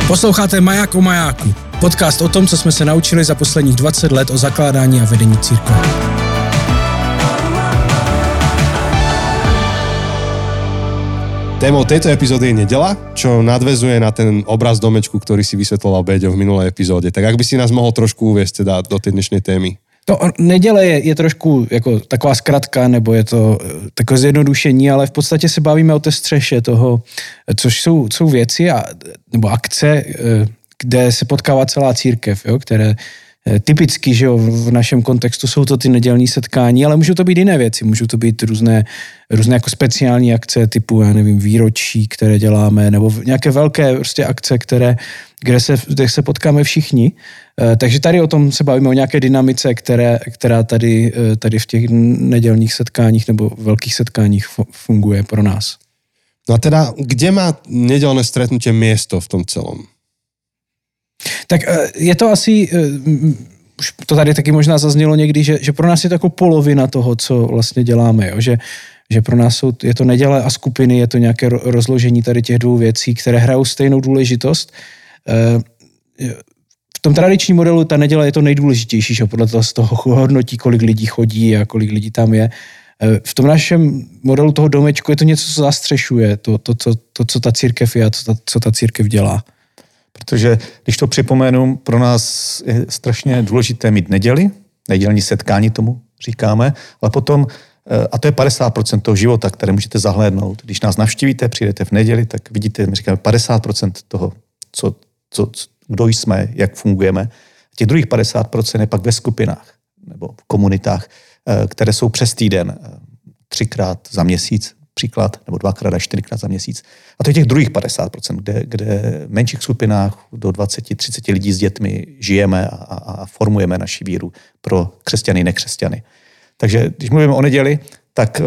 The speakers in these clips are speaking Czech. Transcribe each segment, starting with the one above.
Posloucháte Maják o majáku. Podcast o tom, co jsme se naučili za posledních 20 let o zakládání a vedení církve. Témou tejto epizódy je nedeľa, čo nadväzuje na ten obraz domečku, ktorý si vysvetloval Béďo v minulé epizóde. Tak ak by si nás mohol trošku uviesť teda do tej dnešnej témy. To neděle je trošku jako taková zkratka, nebo je to takové zjednodušení, ale v podstatě se bavíme o té střeše toho, což jsou věci nebo akce, kde se potkává celá církev, jo, které typicky, že jo, v našem kontextu jsou to ty nedělní setkání, ale můžou to být jiné věci, můžou to být různé jako speciální akce typu, já nevím, výročí, které děláme, nebo nějaké velké prostě akce, kde se potkáme všichni. Takže tady o tom se bavíme, o nějaké dynamice, která tady v těch nedělních setkáních nebo velkých setkáních funguje pro nás. No a teda, kde má nedělné stretnutie miesto v tom celom? Tak je to asi, už to tady taky možná zaznělo někdy, že pro nás je to jako polovina toho, co vlastně děláme, jo? Že pro nás je to neděle a skupiny, je to nějaké rozložení tady těch dvou věcí, které hrajou stejnou důležitost. V tom tradičním modelu ta neděle je to nejdůležitější, že podle toho z toho hodnotí, kolik lidí chodí a kolik lidí tam je. V tom našem modelu toho domečku je to něco, co zastřešuje, to co ta církev je a co ta církev dělá. Protože, když to připomenu, pro nás je strašně důležité mít nedělní setkání tomu říkáme, ale potom, a to je 50% toho života, které můžete zahlédnout. Když nás navštívíte, přijdete v neděli, tak vidíte, my říkáme 50% toho, kdo jsme, jak fungujeme. Těch druhých 50% je pak ve skupinách nebo v komunitách, které jsou přes týden, 3krát za měsíc, příklad, nebo 2krát a 4krát za měsíc. A to je těch druhých 50%, kde v menších skupinách do 20-30 lidí s dětmi žijeme a formujeme naši víru pro křesťany, nekřesťany. Takže když mluvíme o neděli, tak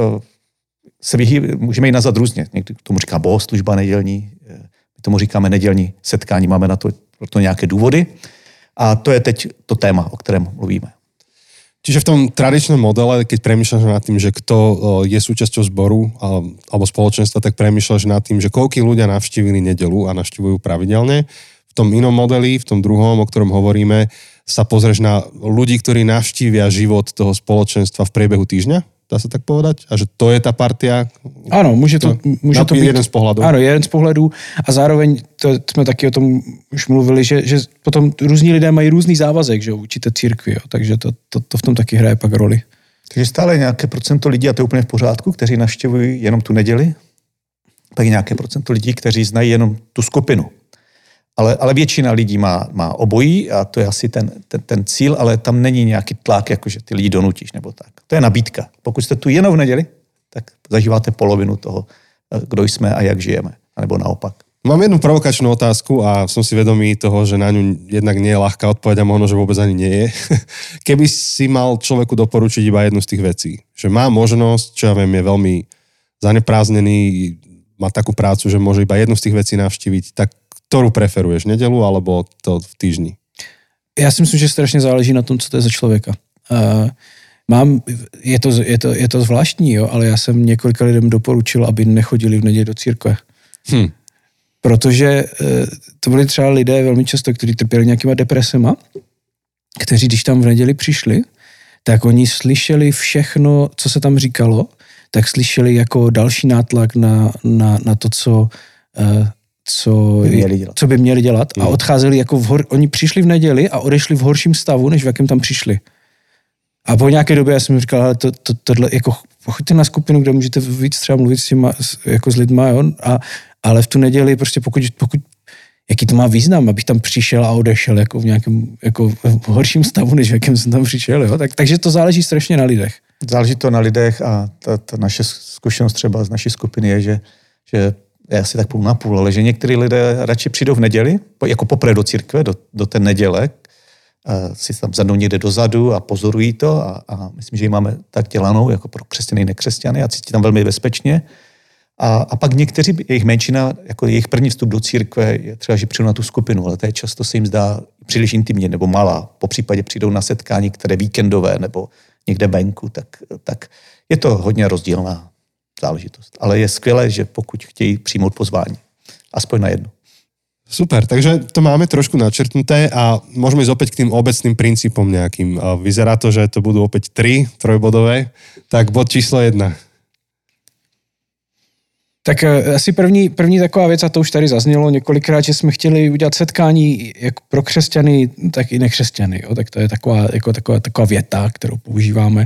můžeme ji nazvat různě. Někdy tomu říká bohoslužba nedělní, my tomu říkáme nedělní setkání, máme na to nějaké důvody. A to je teď to téma, o kterém mluvíme. Čiže v tom tradičnom modele, keď premýšľaš nad tým, že kto je súčasťou zboru alebo spoločenstva, tak premýšľaš nad tým, že koľkí ľudia navštívili nedeľu a navštívujú pravidelne. V tom inom modeli, v tom druhom, o ktorom hovoríme, sa pozrieš na ľudí, ktorí navštívia život toho spoločenstva v priebehu týždňa? Dá sa tak povedať? A že to je tá partia? Áno, môže to byť jeden z pohľadov. Áno, jeden z pohľadů a zároveň to sme taky o tom už mluvili, že potom různí lidé mají různý závazek, že určité církvi, jo, takže to v tom taky hraje pak roli. Takže stále nějaké procento lidí, a to je úplně v pořádku, kteří navštěvují jenom tu neděli, pak nějaké procento lidí, kteří znají jenom tu skupinu. Ale většina lidí má obojí a to je asi ten cíl, ale tam není nějaký tlak, jakože ty lidi donutíš nebo tak. To je nabídka. Pokud jste tu jenom v neděli, tak zažíváte polovinu toho, kdo jsme a jak žijeme. A nebo naopak. Mám jednu provokačnú otázku a som si vedomý toho, že na ňu jednak nie je ľahká odpoveď a možno, že vôbec ani nie je. Keby si mal človeku doporučiť iba jednu z tých vecí, že má možnosť, čo ja viem, je veľmi zaneprázdnený, má takú prácu, že môže iba jednu z tých vecí navštíviť, tak ktorú preferuješ, nedělu alebo to v týždni? Já si myslím, že strašně záleží na tom, co to je za člověka. Je to zvláštní, jo, ale já jsem několika lidem doporučil, aby nechodili v neděli do církve. Protože to byli třeba lidé velmi často, kteří trpěli nějakýma depresema, kteří, když tam v neděli přišli, tak oni slyšeli všechno, co se tam říkalo, tak slyšeli jako další nátlak na to, co by měli dělat a odcházeli jako oni přišli v neděli a odešli v horším stavu, než v jakém tam přišli. A po nějaké době já jsem říkal, ale tohle, jako pochoďte na skupinu, kde můžete víc třeba mluvit s lidma, jo? Ale v tu neděli prostě pokud jaký to má význam, abych tam přišel a odešel jako v nějakém jako v horším stavu, než v jakém jsem tam přišel, jo? Takže to záleží strašně na lidech. Záleží to na lidech a ta naše zkušenost třeba z naší skupiny je, že je asi tak půl na půl, ale že některý lidé radši přijdou v neděli, jako poprvé do církve, do té neděle, si tam zadnou někde dozadu a pozorují to a myslím, že ji máme tak dělanou jako pro křesťany, nekřesťany a cítí tam velmi bezpečně. A pak někteří, jejich menšina, jako jejich první vstup do církve je třeba, že přijdou na tu skupinu, ale to je často se jim zdá příliš intimně nebo malá. Po případě přijdou na setkání, které víkendové nebo někde venku, tak je to hodně rozdílná záležitost. Ale je skvělé, že pokud chtějí přijmout pozvání, aspoň na jedno. Super, takže to máme trošku načrtnuté a môžeme ísť opäť k tým obecným princípom nejakým. Vyzerá to, že to budú opäť 3 trojbodové, tak bod číslo 1. Tak asi první taková věc, a to už tady zaznělo několikrát, že jsme chtěli udělat setkání jak pro křesťany, tak i nekřesťany. Jo? Tak to je taková věta, kterou používáme.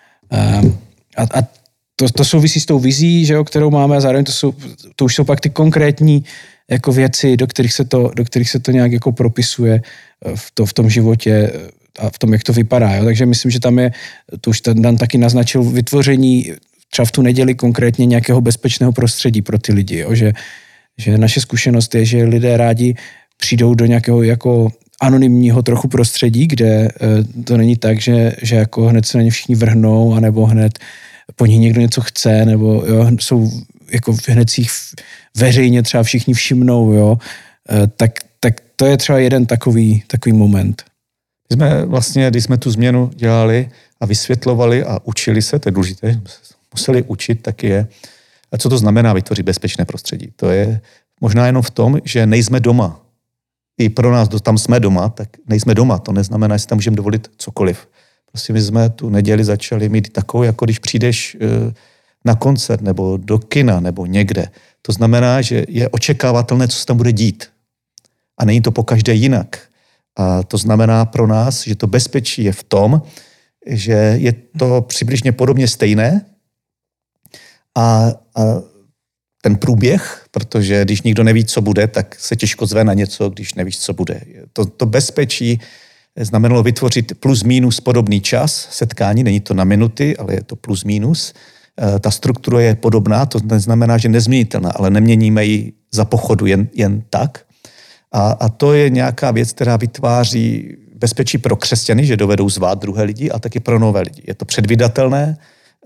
A to souvisí s tou vizí, že jo, kterou máme, a zároveň to už jsou pak ty konkrétní jako věci, do kterých se to nějak jako propisuje v tom životě a v tom, jak to vypadá. Jo? Takže myslím, že tam je, to už ten Dan taky naznačil, vytvoření třeba v tu neděli konkrétně nějakého bezpečného prostředí pro ty lidi. Jo? Že naše zkušenost je, že lidé rádi přijdou do nějakého jako anonymního trochu prostředí, kde to není tak, že jako hned se na ně všichni vrhnou, anebo hned po nich někdo něco chce, nebo jo, jsou jako hned si jich veřejně třeba všichni všimnou, jo, tak to je třeba jeden takový moment. My jsme vlastně, když jsme tu změnu dělali a vysvětlovali a učili se, to je důležité, museli učit, tak je, co to znamená vytvořit bezpečné prostředí. To je možná jenom v tom, že nejsme doma. I pro nás, tam jsme doma, tak nejsme doma. To neznamená, že si tam můžeme dovolit cokoliv. Prostě my jsme tu neděli začali mít takovou, jako když přijdeš na koncert nebo do kina nebo někde. To znamená, že je očekávatelné, co se tam bude dít. A není to pokaždé jinak. A to znamená pro nás, že to bezpečí je v tom, že je to přibližně podobně stejné a ten průběh, protože když nikdo neví, co bude, tak se těžko zve na něco, když nevíš, co bude. To bezpečí znamenalo vytvořit plus minus podobný čas setkání, není to na minuty, ale je to plus minus. Ta struktura je podobná, to neznamená, že nezměnitelná, ale neměníme ji za pochodu jen tak. A to je nějaká věc, která vytváří bezpečí pro křesťany, že dovedou zvát druhé lidi, a taky pro nové lidi. Je to předvídatelné,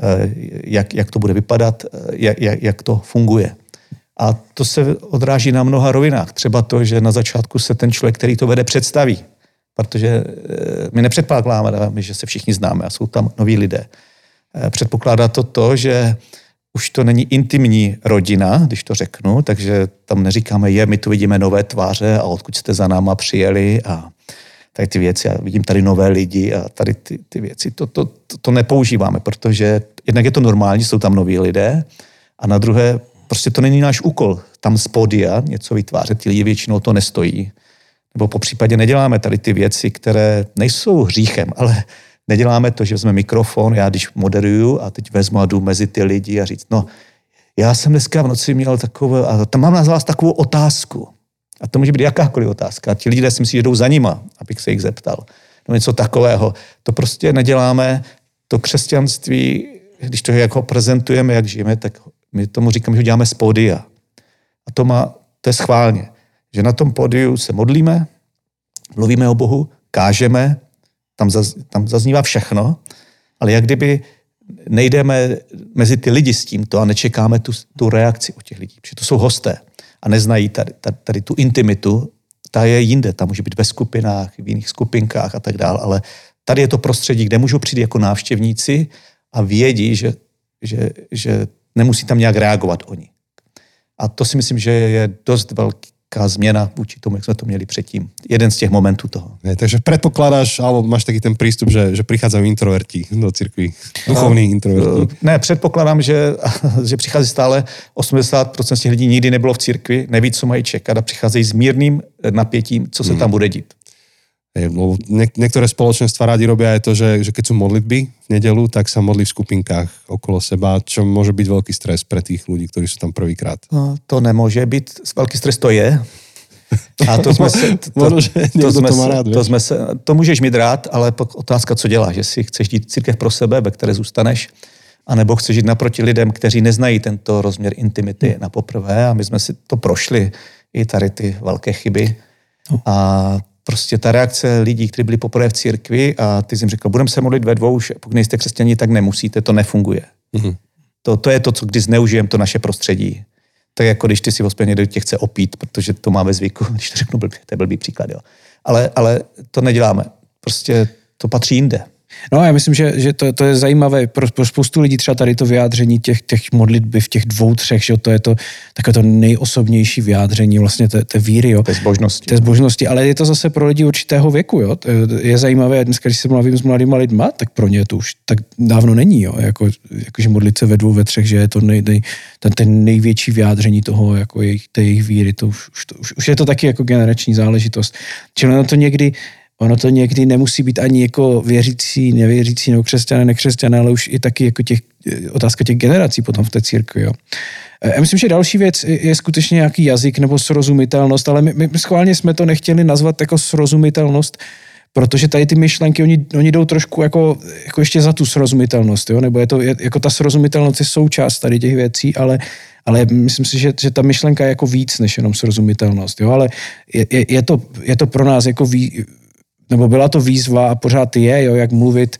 jak to bude vypadat, jak to funguje. A to se odráží na mnoha rovinách. Třeba to, že na začátku se ten člověk, který to vede, představí. Protože my nepředpokládáme, že se všichni známe a jsou tam noví lidé. Předpokládá to, že už to není intimní rodina, když to řeknu, takže tam neříkáme, my tu vidíme nové tváře a odkud jste za náma přijeli a tady ty věci, a vidím tady nové lidi a tady ty věci. To nepoužíváme, protože jednak je to normální, jsou tam noví lidé, a na druhé, prostě to není náš úkol tam z pódia něco vytvářet, ty lidi většinou to nestojí. Nebo po případě neděláme tady ty věci, které nejsou hříchem, ale neděláme to, že vezmeme mikrofon, já když moderuju a teď vezmu a jdu mezi ty lidi a říct, já jsem dneska v noci měl takové, a tam mám na vás takovou otázku. A to může být jakákoliv otázka. A ti lidé si myslí, že jdou za nima, abych se jich zeptal. No něco takového. To prostě neděláme. To křesťanství, když to jako prezentujeme, jak žijeme, tak my tomu říkáme, že ho děláme z pódia. A to je schválně. Že na tom pódiu se modlíme, mluvíme o Bohu, kážeme, tam zaznívá všechno, ale jak kdyby nejdeme mezi ty lidi s tímto a nečekáme tu reakci od těch lidí, protože to jsou hosté a neznají tady tu intimitu, ta je jinde, ta může být ve skupinách, v jiných skupinkách a tak dále, ale tady je to prostředí, kde můžou přijít jako návštěvníci a vědí, že nemusí tam nějak reagovat oni. A to si myslím, že je dost velká změna vůči tomu, jak jsme to měli předtím. Jeden z těch momentů toho. Takže predpokladáš, alebo máš taký ten prístup, že prichádzajú introverti do cirkvi, duchovní introverti? Ne, předpokládám, že přichází stále 80% z těch lidí nikdy nebylo v církvi, neví, co mají čekat a přicházejí s mírným napětím, co se tam bude dít. Niektoré spoločenstva rádi robia aj to, že keď sú modlitby v nedeľu, tak sa modlí v skupinkách okolo seba, čo môže byť veľký stres pre tých ľudí, ktorí sú tam prvýkrát. No, to nemôže byť. Veľký stres to je. A to můžeš mít rád, ale otázka, co děláš. Jestli chceš jít církev pro sebe, ve které zůstaneš, anebo chceš jít naproti lidem, kteří neznají tento rozměr intimity na poprvé, a my jsme si to prošli, i tady ty velké chyby. A prostě ta reakce lidí, kteří byli poprvé v církvi a ty jsi jim řekl, budeme se modlit ve dvou, už pokud nejste křesťaní, tak nemusíte, to nefunguje. Mm-hmm. To je to, co kdy zneužijeme to naše prostředí. Tak jako když ty si hospodin někdo tě chce opít, protože to máme zvyku, když to řeknu blbě, to je blbý příklad, jo. Ale to neděláme. Prostě to patří jinde. No já myslím, že to je zajímavé pro spoustu lidí, třeba tady to vyjádření těch modlitby v těch 2, 3, že to je to takové to nejosobnější vyjádření vlastně té víry, jo. Té zbožnosti, ale je to zase pro lidi určitého věku, jo. Je zajímavé, dneska, když se mluvím s mladýma lidma, tak pro ně to už tak dávno není, jo. Jakože modlit se ve 2, ve 3, že je to ten největší vyjádření toho, jako jejich víry, to už je to taky jako generační záležitost. Čili ono to někdy nemusí být ani jako věřící, nevěřící, nebo křesťané, nekřesťané, ale už i taky jako otázka těch generací potom v té církvi. Jo. Já myslím, že další věc je skutečně nějaký jazyk nebo srozumitelnost, ale my schválně jsme to nechtěli nazvat jako srozumitelnost, protože tady ty myšlenky, oni jdou trošku jako ještě za tu srozumitelnost, jo? Nebo je to jako ta srozumitelnost je součást tady těch věcí, ale myslím si, že ta myšlenka je jako víc než jenom srozumitelnost, jo? Ale je to pro nás jako nebo byla to výzva a pořád je, jo, jak mluvit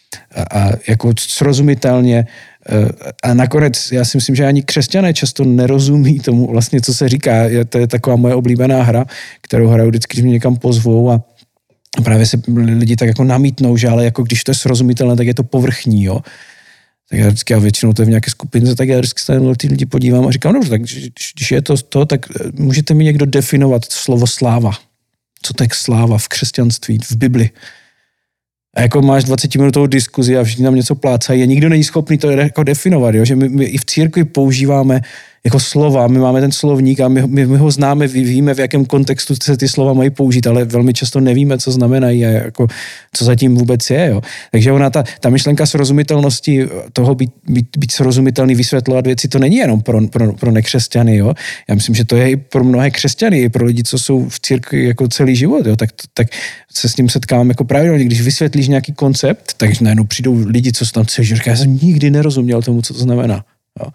a jako srozumitelně. A nakonec já si myslím, že ani křesťané často nerozumí tomu vlastně, co se říká. To je taková moje oblíbená hra, kterou hraju vždycky, když mě někam pozvou a právě se lidi tak jako namítnou, že ale jako když to je srozumitelné, tak je to povrchní, jo. Tak já vždycky, a většinou to je v nějaké skupince, tak já vždycky se na ty lidi podívám a říkám, dobře, tak když je to, tak můžete mi někdo definovat slovo sláva. Co to je sláva v křesťanství, v Bibli. A jako máš 20-minutovou diskuzi a všichni tam něco plácají a nikdo není schopný to jako definovat, jo? Že my i v církvi používáme jako slova, my máme ten slovník a my ho známe, víme, v jakém kontextu se ty slova mají použít, ale velmi často nevíme, co znamenají a jako, co zatím vůbec je. Jo? Takže ona ta myšlenka srozumitelnosti, toho být srozumitelný, vysvětlovat věci, to není jenom pro nekřesťany. Jo? Já myslím, že to je i pro mnohé křesťany, i pro lidi, co jsou v církvi jako celý život. Jo? Tak se s tím setkávám jako pravidelně. Když vysvětlíš nějaký koncept, tak najednou přijdou lidi, co tam chce, že já jsem nikdy nerozuměl tomu, co to znamená. Jo?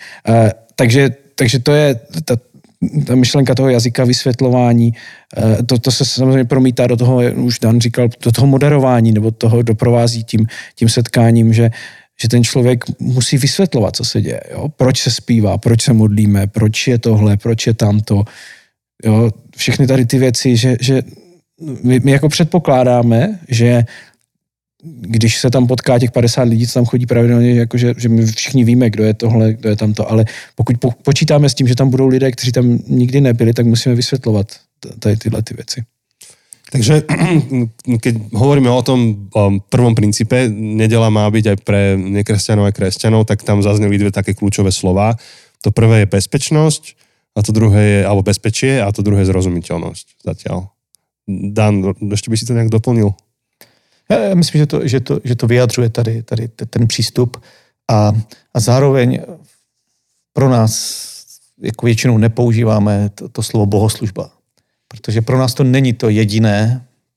Takže to je ta myšlenka toho jazyka, vysvětlování, to se samozřejmě promítá do toho, už Dan říkal, do toho moderování, nebo toho doprovází tím setkáním, že ten člověk musí vysvětlovat, co se děje. Jo? Proč se zpívá, proč se modlíme, proč je tohle, proč je tamto. Jo? Všechny tady ty věci, že my jako předpokládáme, že když se tam potká těch 50 lidí, co tam chodí pravidelně, jako že my všichni víme, kdo je tohle, kdo je tamto, ale pokud počítáme s tím, že tam budou lidé, kteří tam nikdy nebyli, tak musíme vysvětlovat tady tyhle ty věci. Takže keď hovoríme o tom prvom princípe, nedeľa má byť aj pre nekresťanov a kresťanov, tak tam zazneli 2 také kľúčové slová. To prvé je bezpečnosť, a to druhé je, alebo bezpečie, a to druhé je zrozumiteľnosť zatiaľ. Dan, ešte by si to nejak doplnil? Já myslím, že to vyjadřuje tady ten přístup a zároveň pro nás jako většinou nepoužíváme to slovo bohoslužba, protože pro nás to není to jediné.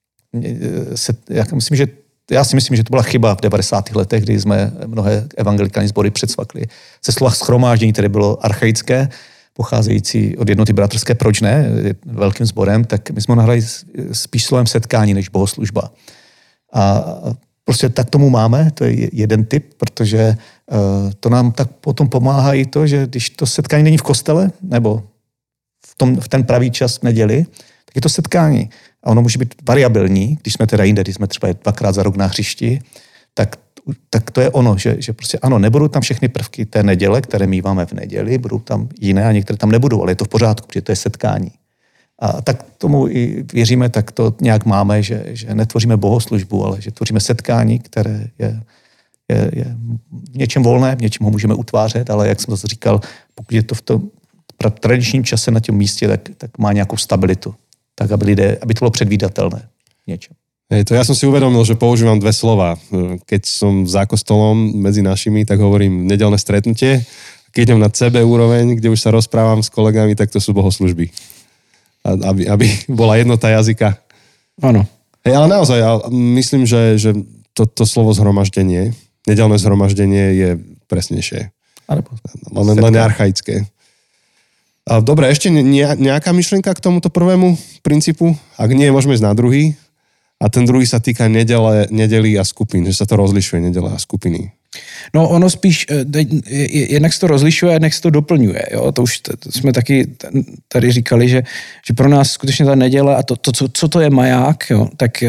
Já si myslím, že to byla chyba v 90. letech, kdy jsme mnohé evangelikální sbory předsvakli. Se slova shromáždění, které bylo archaické, pocházející od jednoty bratrské, proč ne, velkým sborem, tak my jsme ho nahrali spíš slovem setkání než bohoslužba. A prostě tak tomu máme, to je jeden typ, protože to nám tak potom pomáhá i to, že když to setkání není v kostele, nebo v ten pravý čas v neděli, tak je to setkání. A ono může být variabilní, když jsme teda jinde, když jsme třeba 2krát za rok na hřišti, tak to je ono, že prostě ano, nebudou tam všechny prvky té neděle, které míváme v neděli, budou tam jiné a některé tam nebudou, ale je to v pořádku, protože to je setkání. A tak tomu i věříme, tak to nějak máme, že netvoříme bohoslužbu, ale že tvoříme setkání, které je v něčem volné, v něčem ho můžeme utvářet, ale jak jsem to říkal, pokud je to v tom tradičním čase na tom místě, tak má nějakou stabilitu, tak aby to bylo předvídatelné v něčem. Ja som si uvedomil, že používam 2 slova. Keď som za kostolom medzi našimi, tak hovorím nedeľné stretnutie. Keď idem na CB úroveň, kde už sa rozprávam s kolegami, tak to sú bohoslužby. Aby bola jednota jazyka. Áno. Ale naozaj, ja myslím, že to slovo zhromaždenie, nedeľné zhromaždenie je presnejšie. Len archaické. Dobre, ešte nejaká myšlienka k tomuto prvému princípu? Ak nie, môžeme ísť na druhý. A ten druhý sa týka nedely a skupín, že sa to rozlišuje, nedele a skupiny. No ono spíš, jednak se to rozlišuje, jednak se to doplňuje. Jo? To už jsme taky tady říkali, že pro nás skutečně ta neděle a co to je maják, jo? Tak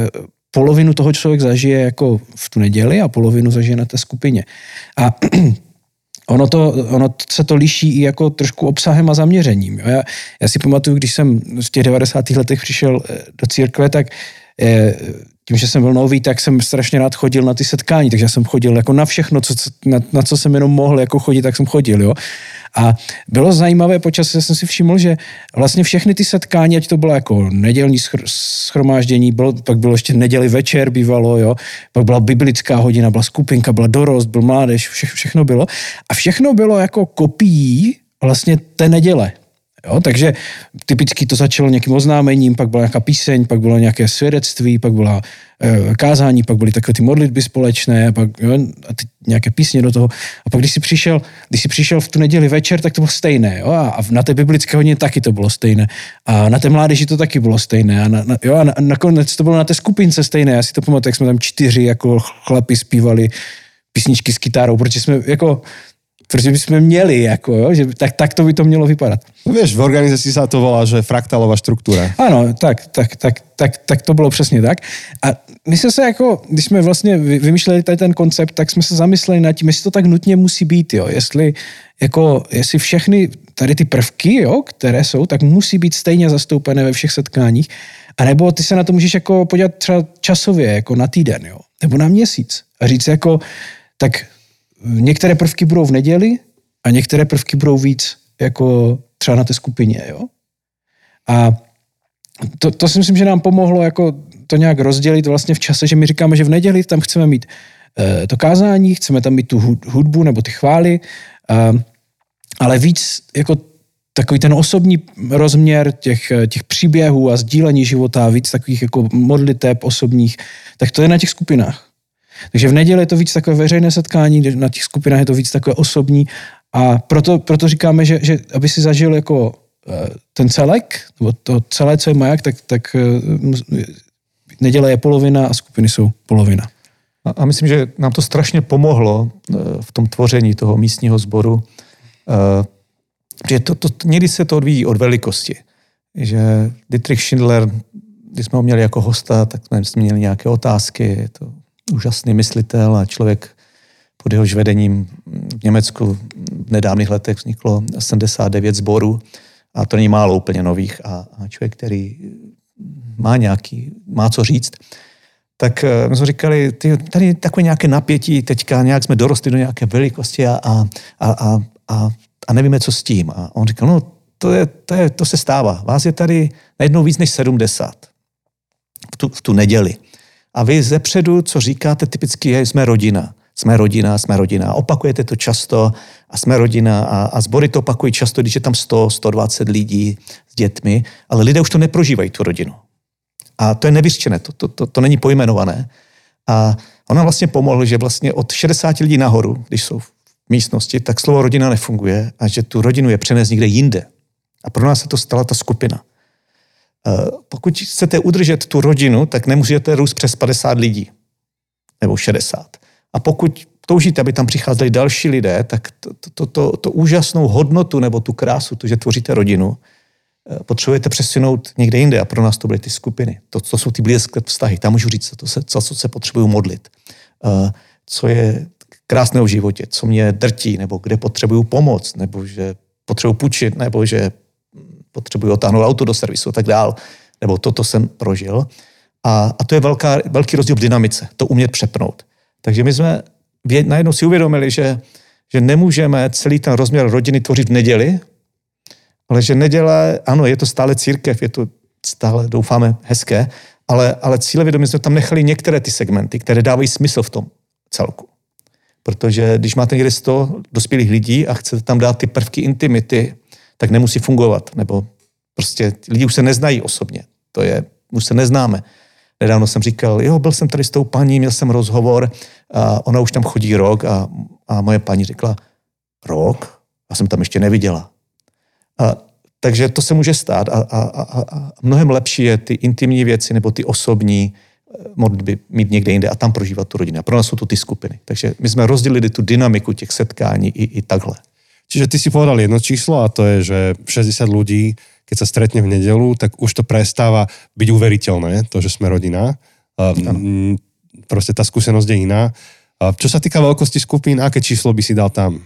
polovinu toho člověk zažije jako v tu neděli a polovinu zažije na té skupině. A ono se to liší i jako trošku obsahem a zaměřením. Jo? Já si pamatuju, když jsem v těch 90. letech přišel do církve, tak tím, že jsem byl nový, tak jsem strašně rád chodil na ty setkání, takže jsem chodil jako na všechno, na co jsem jenom mohl jako chodit, tak jsem chodil, jo. A bylo zajímavé, počas jsem si všiml, že vlastně všechny ty setkání, ať to bylo jako nedělní shromáždění, pak bylo ještě neděli večer bývalo, jo, pak byla biblická hodina, byla skupinka, byla dorost, byl mládež, všechno bylo. A všechno bylo jako kopií vlastně té neděle. Jo, takže typicky to začalo nějakým oznámením, pak byla nějaká píseň, pak bylo nějaké svědectví, pak byla kázání, pak byly takové ty modlitby společné, pak a ty nějaké písně do toho. A pak když jsi přišel v tu neděli večer, tak to bylo stejné. Jo? A na té biblické hodině taky to bylo stejné. A na té mládeži to taky bylo stejné. A nakonec to bylo na té skupince stejné. Já si to pamatuju, jak jsme tam 4 jako chlapi zpívali písničky s kytárou, protože bychom měli, jako, jo, že tak to by to mělo vypadat. No vieš, v organizácii sa to volá, že fraktálová štruktúra. Ano, tak to bylo přesně tak. A my jsme se jako, když jsme vlastně vymýšleli tady ten koncept, tak jsme se zamysleli nad tím, jestli to tak nutně musí být, jo, jestli všechny tady ty prvky, jo, které jsou, tak musí být stejně zastoupené ve všech setkáních, anebo ty se na to můžeš jako podívat třeba časově, jako na týden, jo, nebo na měsíc a říct jako, tak některé prvky budou v neděli a některé prvky budou víc jako třeba na té skupině, jo. A to si myslím, že nám pomohlo jako to nějak rozdělit vlastně v čase, že my říkáme, že v neděli tam chceme mít to kázání, chceme tam mít tu hudbu nebo ty chvály, ale víc jako takový ten osobní rozměr těch příběhů a sdílení života, víc takových jako modliteb osobních, tak to je na těch skupinách. Takže v neděli je to víc takové veřejné setkání, na těch skupinách je to víc takové osobní a proto říkáme, že aby si zažil jako ten celek, nebo to celé, co je maják, tak neděle je polovina a skupiny jsou polovina. A myslím, že nám to strašně pomohlo v tom tvoření toho místního sboru, že někdy se to odvíjí od velikosti. Že Dietrich Schindler, když jsme ho měli jako hosta, tak jsme měli nějaké otázky, je to úžasný myslitel a člověk pod jehož vedením v Německu v nedávných letech vzniklo 79 sborů a to není málo úplně nových a člověk, který má co říct, tak my jsme říkali, tady je takové nějaké napětí, teďka nějak jsme dorostli do nějaké velikosti a nevíme, co s tím. A on říkal, no to se stává. Vás je tady najednou víc než 70 v tu neděli. A vy zepředu, co říkáte, typicky je, jsme rodina. Jsme rodina. Opakujete to často a jsme rodina a sbory to opakují často, když je tam 100, 120 lidí s dětmi, ale lidé už to neprožívají, tu rodinu. A to je nevyřčené, to není pojmenované. A ona vlastně pomohla, že vlastně od 60 lidí nahoru, když jsou v místnosti, tak slovo rodina nefunguje a že tu rodinu je přenést někde jinde. A pro nás se to stala ta skupina. Pokud chcete udržet tu rodinu, tak nemůžete růst přes 50 lidí. Nebo 60. A pokud toužíte, aby tam přicházeli další lidé, tak to úžasnou hodnotu nebo tu krásu, to, že tvoříte rodinu, potřebujete přesunout někde jinde. A pro nás to byly ty skupiny. To jsou ty blízké vztahy. Tam můžu říct, co se potřebuju modlit. Co je krásného v životě, co mě drtí, nebo kde potřebuju pomoc, nebo že potřebuju půjčit, nebo že potřebuji otáhnout auto do servisu a tak dál, nebo toto jsem prožil. A to je velký rozdíl v dynamice, to umět přepnout. Takže my jsme najednou si uvědomili, že nemůžeme celý ten rozměr rodiny tvořit v neděli, ale že neděle, ano, je to stále církev, je to stále, doufáme, hezké, ale cílevědomě jsme tam nechali některé ty segmenty, které dávají smysl v tom celku. Protože když máte někde 100 dospělých lidí a chcete tam dát ty prvky intimity, tak nemusí fungovat, nebo prostě lidi už se neznají osobně, už se neznáme. Nedávno jsem říkal, byl jsem tady s tou paní, měl jsem rozhovor a ona už tam chodí rok a moje paní řekla, rok? Já jsem tam ještě neviděla. Takže to se může stát a mnohem lepší je ty intimní věci nebo ty osobní modlitby mít někde jinde a tam prožívat tu rodinu. A pro nás jsou to ty skupiny. Takže my jsme rozdělili tu dynamiku těch setkání i takhle. Čiže ty si povedal jedno číslo a to je, že 60 ľudí, keď sa stretne v nedeľu, tak už to prestáva byť uveriteľné, to, že sme rodina. Proste tá skúsenosť je iná. Čo sa týka veľkosti skupín, aké číslo by si dal tam?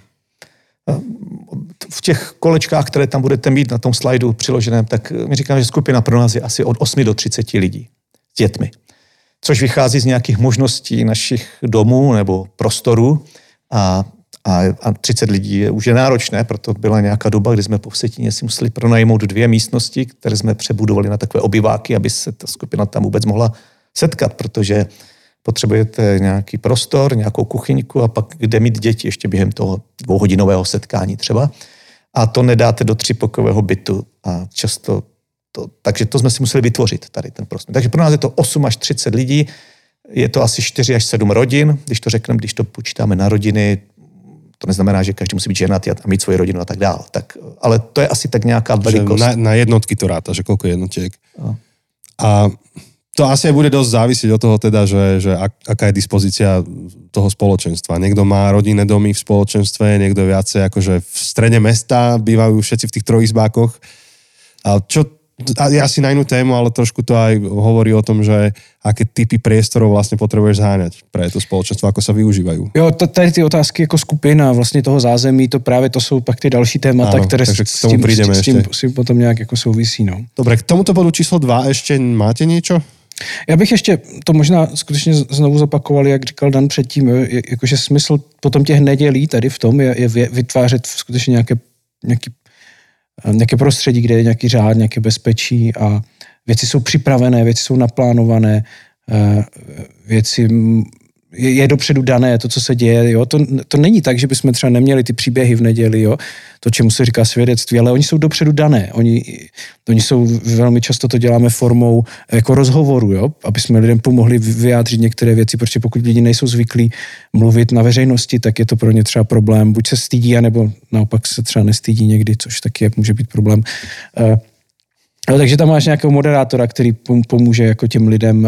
V těch kolečkách, které tam budete mít na tom slajdu přiloženém, tak my říkáme, že skupina pro nás je asi od 8 do 30 lidí s dětmi. Což vychází z nějakých možností našich domů nebo prostorů a 30 lidí je už náročné, proto byla nějaká doba, kdy jsme po Vsetíně si museli pronajmout 2 místnosti, které jsme přebudovali na takové obyváky, aby se ta skupina tam vůbec mohla setkat, protože potřebujete nějaký prostor, nějakou kuchyňku a pak kde mít děti ještě během toho 2hodinového setkání třeba. A to nedáte do 3pokového bytu a často takže to jsme si museli vytvořit tady ten prostor. Takže pro nás je to 8 až 30 lidí, je to asi 4 až 7 rodin, když to počítáme na rodiny, to neznamená, že každý musí být ženatý a mít svoji rodinu a tak dále. Ale to je asi tak nějaká velikost. Na jednotky to ráta, že koľko jednotiek. A to asi aj bude dosť závisieť od toho teda, že aká je dispozícia toho spoločenstva. Niekto má rodinné domy v spoločenstve, niekto viacej akože v strede mesta, bývajú všetci v tých trojizbákoch. A čo je asi na inú tému, ale trošku to aj hovorí o tom, že aké typy priestorov vlastne potrebuješ zháňať pre to spoločenstvo, ako sa využívajú. Jo, tady ty otázky jako skupina a vlastně toho zázemí, to jsou pak ty další témata, áno, které s tím potom nějak jako souvisí. No. Dobre, k tomuto bodu číslo 2 ešte máte niečo? Já bych ještě to možná skutečně znovu zopakoval, jak říkal Dan předtím, jakože smysl potom těch nedělí tady v tom je vytvářet skutečně nějaké prostředí, kde je nějaký řád, nějaké bezpečí a věci jsou připravené, věci jsou naplánované, věci je dopředu dané, to, co se děje, jo. To není tak, že bychom třeba neměli ty příběhy v neděli, jo. To, čemu se říká svědectví, ale oni jsou dopředu dané. Oni jsou, velmi často to děláme formou jako rozhovoru, jo, aby jsme lidem pomohli vyjádřit některé věci, protože pokud lidi nejsou zvyklí mluvit na veřejnosti, tak je to pro ně třeba problém. Buď se stydí, anebo naopak se třeba nestydí někdy, což taky může být problém. No, takže tam máš nějakého moderátora, který pomůže jako těm lidem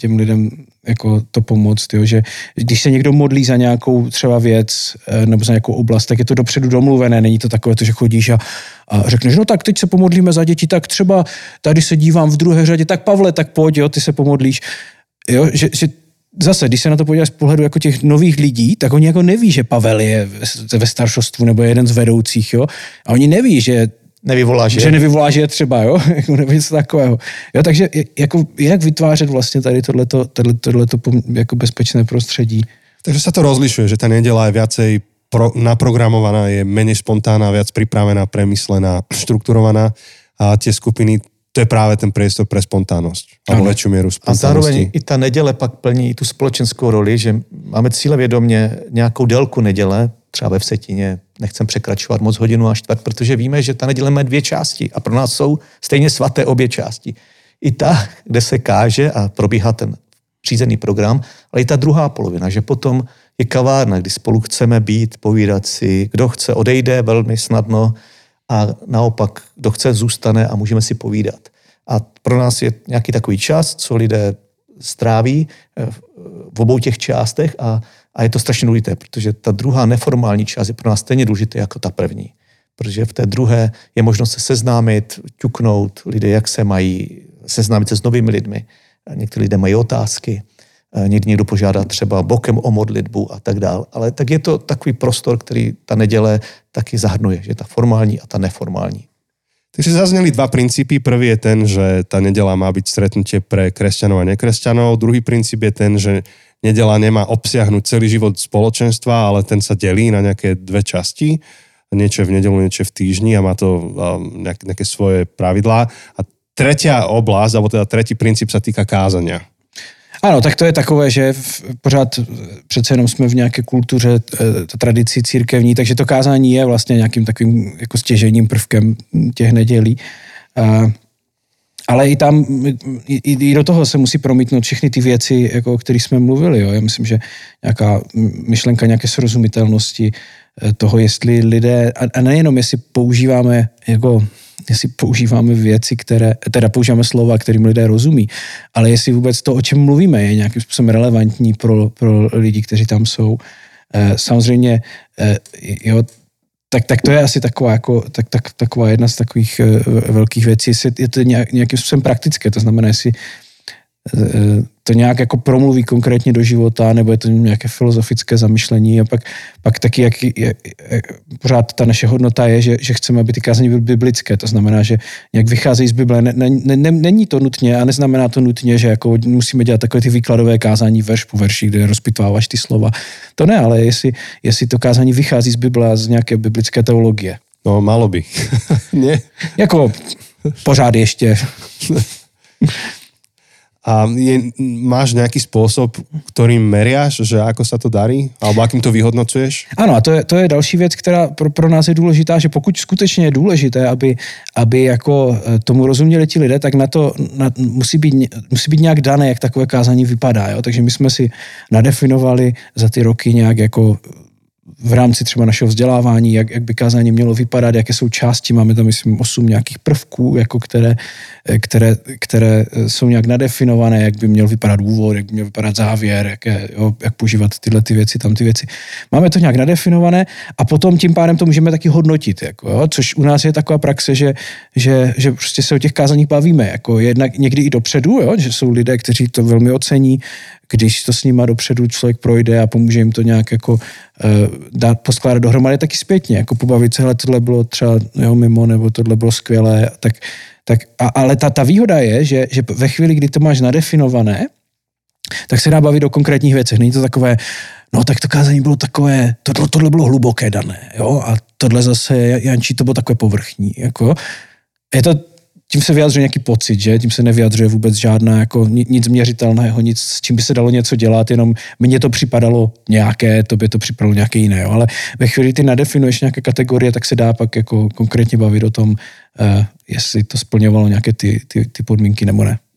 jako to pomoct, jo? Že když se někdo modlí za nějakou třeba věc nebo za nějakou oblast, tak je to dopředu domluvené, není to takové, že chodíš a řekneš, no tak teď se pomodlíme za děti, tak třeba tady se dívám v druhé řadě, tak Pavle, tak pojď, jo, ty se pomodlíš. Jo? Že zase, když se na to podíváš z pohledu jako těch nových lidí, tak oni jako neví, že Pavel je ve staršostvu nebo je jeden z vedoucích, jo? A oni neví, že nevyvolá, že je třeba, jo? Nebo něco takového. Jo, takže jako, jak vytvářet vlastně tady tohleto jako bezpečné prostředí. Takže sa to rozlišuje, že tá nedeľa je viacej naprogramovaná, je menej spontánna, viac pripravená, premyslená, štrukturovaná a tie skupiny, to je práve ten priestor pre spontánnosť. Alebo väčšiu mieru spontánnosti. A zároveň i ta neděle pak plní tu společenskou roli, že máme cílevědomě nějakou délku neděle, třeba ve Vsetíně, nechcem překračovat moc 1.15 hodin, protože víme, že ta neděle má 2 části a pro nás jsou stejně svaté obě části. I ta, kde se káže a probíhá ten řízený program, ale i ta druhá polovina, že potom je kavárna, kdy spolu chceme být, povídat si, kdo chce odejde velmi snadno a naopak, kdo chce zůstane a můžeme si povídat. A pro nás je nějaký takový čas, co lidé stráví v obou těch částech a je to strašně důležité, protože ta druhá neformální část je pro nás stejně důležitá jako ta první. Protože v té druhé je možnost se seznámit, ťuknout lidé, jak se mají, seznámit se s novými lidmi. Někteří lidé mají otázky, někdo požádá třeba bokem o modlitbu a tak dál. Ale tak je to takový prostor, který ta neděle taky zahrnuje, že ta formální a ta neformální. Takže zazneli 2 princípy. Prvý je ten, že tá nedeľa má byť stretnutie pre kresťanov a nekresťanov. Druhý princíp je ten, že nedeľa nemá obsiahnuť celý život spoločenstva, ale ten sa delí na nejaké 2 časti. Niečo je v nedeľu, niečo je v týždni a má to nejaké svoje pravidlá. A tretia oblasť, alebo teda tretí princíp sa týka kázania. Ano, tak to je takové, že pořád přece jenom jsme v nějaké kultuře, tradici církevní, takže to kázání je vlastně nějakým takovým jako stěžejním prvkem těch nedělí. Ale i tam, i do toho se musí promítnout všechny ty věci, jako o kterých jsme mluvili. Jo. Já myslím, že nějaká myšlenka nějaké srozumitelnosti toho, jestli lidé, a nejenom jestli používáme věci, teda používáme slova, kterým lidé rozumí, ale jestli vůbec to, o čem mluvíme, je nějakým způsobem relevantní pro lidi, kteří tam jsou. Samozřejmě, jo, tak to je asi taková jedna z takových velkých věcí, jestli je to nějakým způsobem praktické, to znamená, jestli to nějak jako promluví konkrétně do života, nebo je to nějaké filozofické zamyšlení a pak taky pořád ta naše hodnota je, že chceme, aby ty kázání byly biblické, to znamená, že nějak vycházejí z Bible. Není to nutně a neznamená to nutně, že jako musíme dělat takové ty výkladové kázání verš po verši, kde rozpitváváš ty slova. To ne, ale jestli to kázání vychází z Bible a z nějaké biblické teologie. No, malo by. Nie? Jako pořád ještě. A máš nejaký spôsob, ktorým meriáš, že ako sa to darí? Alebo akým to vyhodnocuješ? Ano, a to je další věc, která pro nás je důležitá, že pokud skutečně je důležité, aby jako tomu rozuměli ti lidé, tak musí být nějak dané, jak takové kázání vypadá. Jo? Takže my jsme si nadefinovali za ty roky nějak jako v rámci třeba našeho vzdělávání, jak by kázání mělo vypadat, jaké jsou části, máme tam, myslím, 8 nějakých prvků, jako které jsou nějak nadefinované, jak by měl vypadat úvod, jak by měl vypadat závěr, jak používat tyhle ty věci, tam ty věci. Máme to nějak nadefinované a potom tím pádem to můžeme taky hodnotit, jako, jo? Což u nás je taková praxe, že prostě se o těch kázáních bavíme, jako jednak někdy i dopředu, jo? Že jsou lidé, kteří to velmi ocení, když to s nima dopředu člověk projde a pomůže jim to nějak jako poskládat dohromady, taky zpětně, jako pobavit se, hele, tohle bylo třeba mimo, nebo tohle bylo skvělé, ale ta výhoda je, že ve chvíli, kdy to máš nadefinované, tak se dá bavit o konkrétních věcech. Není to takové, no tak to kázání bylo takové, tohle bylo hluboké dané, jo, a tohle zase, Jančí, to bylo takové povrchní, jako. Je to, tím se vyjadřuje nějaký pocit, že? Tím se nevyjadřuje vůbec žádná, jako nic měřitelného, nic, s čím by se dalo něco dělat, jenom mně to připadalo nějaké, tobě to připadalo nějaké jiné, jo? Ale ve chvíli, ty nadefinuješ nějaké kategorie, tak se dá pak jako konkrétně bavit o tom, jestli to splňovalo nějaké ty podmínky nebo ne.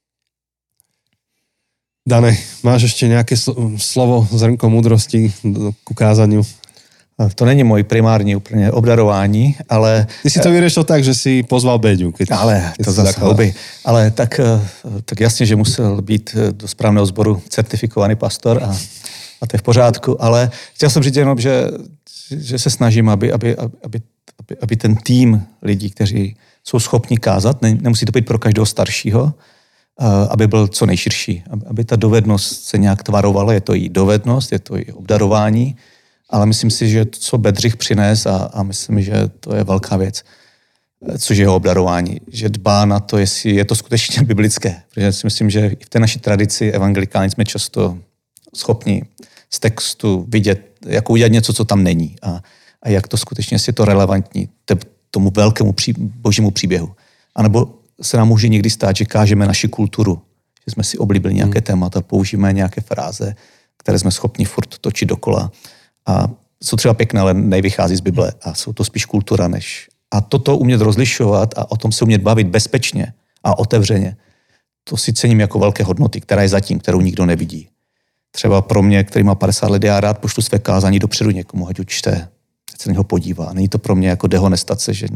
Dane, máš ještě nějaké slovo, zrnko múdrosti k ukázaniu? To není můj primární úplně obdarování, ale... Ty si to vyřešil tak, že si pozval Beďu. Ale to zase hlouby. Ale tak jasně, že musel být do správného sboru certifikovaný pastor a to je v pořádku, ale chtěl jsem říct jenom, že se snažím, aby ten tým lidí, kteří jsou schopni kázat, nemusí to být pro každého staršího, aby byl co nejširší, aby ta dovednost se nějak tvarovala, je to i dovednost, je to i obdarování, ale myslím si, že to, co Bedřich přines a myslím, že to je velká věc, což je jeho obdarování, že dbá na to, jestli je to skutečně biblické, protože si myslím, že i v té naší tradici evangelikální jsme často schopni z textu vidět, jako udělat něco, co tam není a jak to skutečně je to relevantní tomu velkému božímu příběhu. A nebo se nám může někdy stát, že kážeme naši kulturu, že jsme si oblíbili nějaké témata, použijeme nějaké fráze, které jsme schopni furt točit dokola. A jsou třeba pěkné, ale nevychází z Bible a jsou to spíš kultura než. A toto umět rozlišovat a o tom se umět bavit bezpečně a otevřeně, to si cením jako velké hodnoty, která je zatím, kterou nikdo nevidí. Třeba pro mě, který má 50 let, já rád pošlu své kázání dopředu někomu, ať učte, ať se na něho podívá. Není to pro mě jako dehonestace, že